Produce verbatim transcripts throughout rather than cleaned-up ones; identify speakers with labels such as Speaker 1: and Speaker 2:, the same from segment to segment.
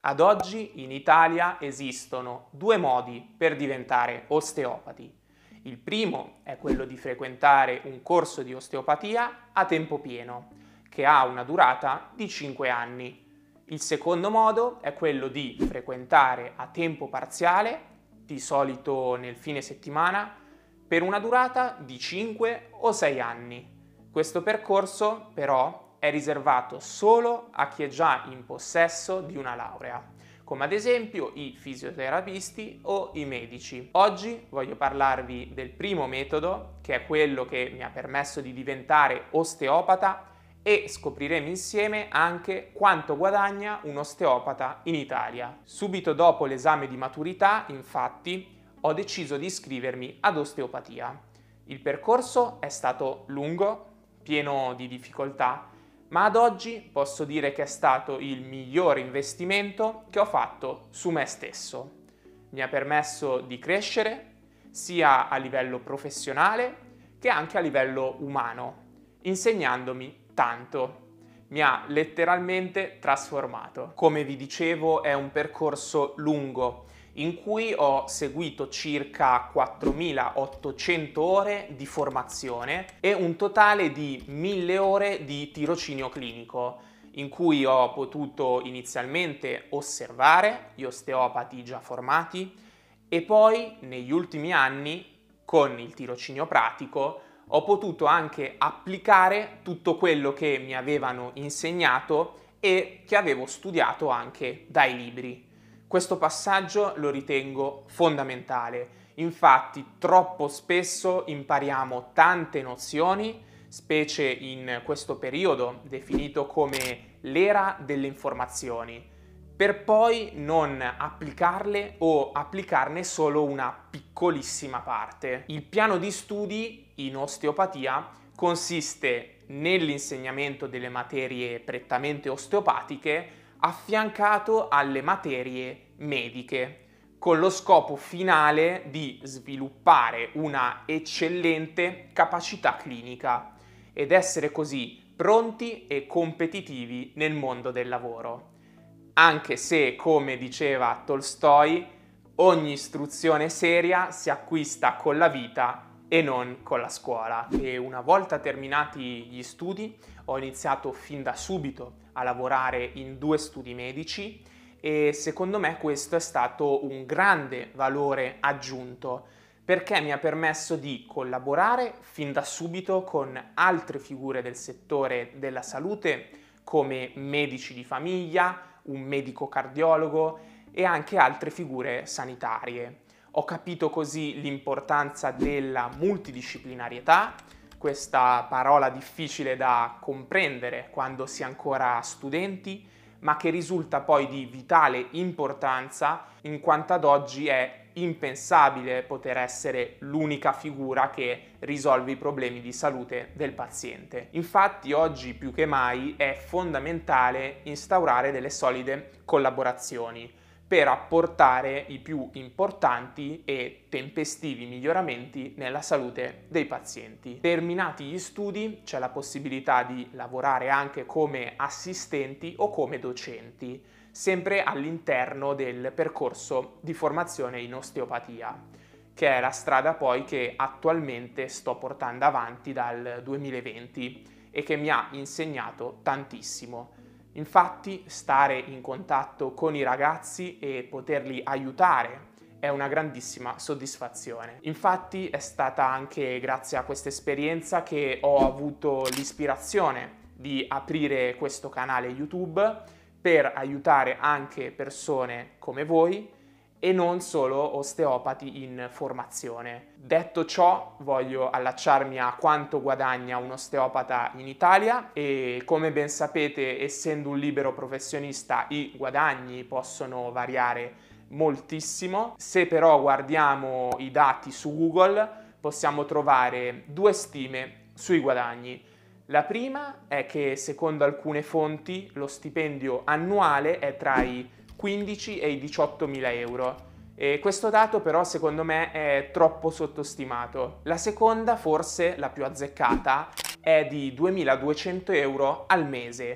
Speaker 1: Ad oggi in Italia esistono due modi per diventare osteopati. Il primo è quello di frequentare un corso di osteopatia a tempo pieno, che ha una durata di cinque anni. Il secondo modo è quello di frequentare a tempo parziale, di solito nel fine settimana, per una durata di cinque o sei anni. Questo percorso, però, è riservato solo a chi è già in possesso di una laurea, come ad esempio i fisioterapisti o i medici. Oggi voglio parlarvi del primo metodo, che è quello che mi ha permesso di diventare osteopata, e scopriremo insieme anche quanto guadagna un osteopata in Italia. Subito dopo l'esame di maturità, infatti, ho deciso di iscrivermi ad osteopatia. Il percorso è stato lungo, pieno di difficoltà, ma ad oggi posso dire che è stato il migliore investimento che ho fatto su me stesso. Mi ha permesso di crescere sia a livello professionale che anche a livello umano, insegnandomi tanto. Mi ha letteralmente trasformato. Come vi dicevo, è un percorso lungo in cui ho seguito circa quattromilaottocento ore di formazione e un totale di mille ore di tirocinio clinico, in cui ho potuto inizialmente osservare gli osteopati già formati e poi negli ultimi anni, con il tirocinio pratico, ho potuto anche applicare tutto quello che mi avevano insegnato e che avevo studiato anche dai libri. Questo passaggio lo ritengo fondamentale, infatti troppo spesso impariamo tante nozioni, specie in questo periodo definito come l'era delle informazioni, per poi non applicarle o applicarne solo una piccolissima parte. Il piano di studi in osteopatia consiste nell'insegnamento delle materie prettamente osteopatiche affiancato alle materie mediche, con lo scopo finale di sviluppare una eccellente capacità clinica ed essere così pronti e competitivi nel mondo del lavoro. Anche se, come diceva Tolstoi, ogni istruzione seria si acquista con la vita e non con la scuola. E una volta terminati gli studi ho iniziato fin da subito a lavorare in due studi medici e secondo me questo è stato un grande valore aggiunto perché mi ha permesso di collaborare fin da subito con altre figure del settore della salute come medici di famiglia, un medico cardiologo e anche altre figure sanitarie. Ho capito così l'importanza della multidisciplinarietà, questa parola difficile da comprendere quando si è ancora studenti, ma che risulta poi di vitale importanza in quanto ad oggi è impensabile poter essere l'unica figura che risolve i problemi di salute del paziente. Infatti oggi più che mai è fondamentale instaurare delle solide collaborazioni per apportare i più importanti e tempestivi miglioramenti nella salute dei pazienti. Terminati gli studi c'è la possibilità di lavorare anche come assistenti o come docenti, sempre all'interno del percorso di formazione in osteopatia, che è la strada poi che attualmente sto portando avanti dal duemilaventi e che mi ha insegnato tantissimo. Infatti, stare in contatto con i ragazzi e poterli aiutare è una grandissima soddisfazione. Infatti, è stata anche grazie a questa esperienza che ho avuto l'ispirazione di aprire questo canale YouTube per aiutare anche persone come voi e non solo osteopati in formazione. Detto ciò, voglio allacciarmi a quanto guadagna un osteopata in Italia e come ben sapete, essendo un libero professionista, i guadagni possono variare moltissimo. Se però guardiamo i dati su Google, possiamo trovare due stime sui guadagni. La prima è che secondo alcune fonti lo stipendio annuale è tra i quindici e i diciottomila euro e questo dato però secondo me è troppo sottostimato. La seconda, forse la più azzeccata, è di duemiladuecento euro al mese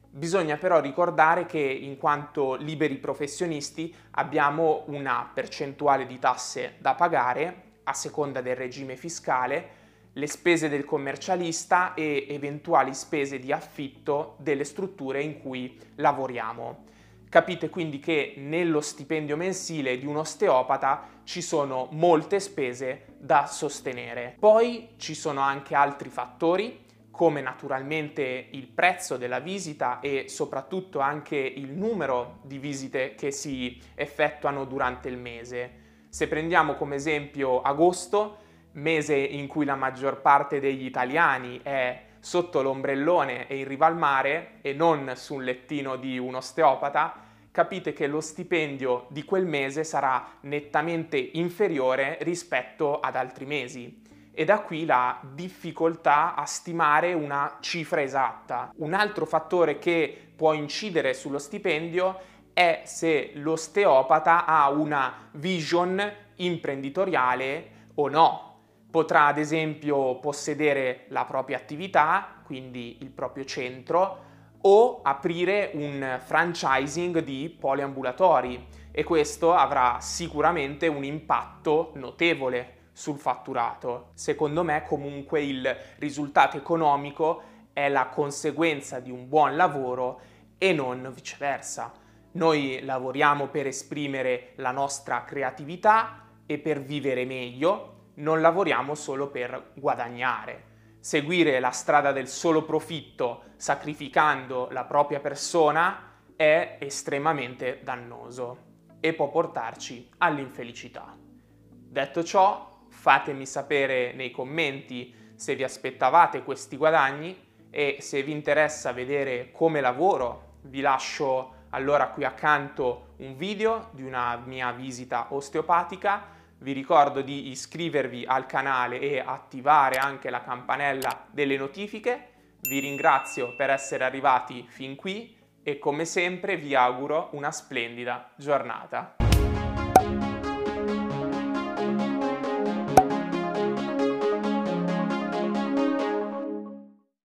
Speaker 1: Bisogna però ricordare che in quanto liberi professionisti abbiamo una percentuale di tasse da pagare a seconda del regime fiscale, le spese del commercialista e eventuali spese di affitto delle strutture in cui lavoriamo. Capite quindi che nello stipendio mensile di un osteopata ci sono molte spese da sostenere. Poi ci sono anche altri fattori, come naturalmente il prezzo della visita e soprattutto anche il numero di visite che si effettuano durante il mese. Se prendiamo come esempio agosto, mese in cui la maggior parte degli italiani è sotto l'ombrellone e in riva al mare e non su un lettino di un osteopata, capite che lo stipendio di quel mese sarà nettamente inferiore rispetto ad altri mesi. E da qui la difficoltà a stimare una cifra esatta. Un altro fattore che può incidere sullo stipendio è se l'osteopata ha una vision imprenditoriale o no. Potrà ad esempio possedere la propria attività, quindi il proprio centro, o aprire un franchising di poliambulatori e questo avrà sicuramente un impatto notevole sul fatturato. Secondo me comunque il risultato economico è la conseguenza di un buon lavoro e non viceversa. Noi lavoriamo per esprimere la nostra creatività e per vivere meglio, non lavoriamo solo per guadagnare. Seguire la strada del solo profitto sacrificando la propria persona è estremamente dannoso e può portarci all'infelicità. Detto ciò, fatemi sapere nei commenti se vi aspettavate questi guadagni e se vi interessa vedere come lavoro, vi lascio allora qui accanto un video di una mia visita osteopatica. Vi ricordo di iscrivervi al canale e attivare anche la campanella delle notifiche. Vi ringrazio per essere arrivati fin qui e come sempre vi auguro una splendida giornata.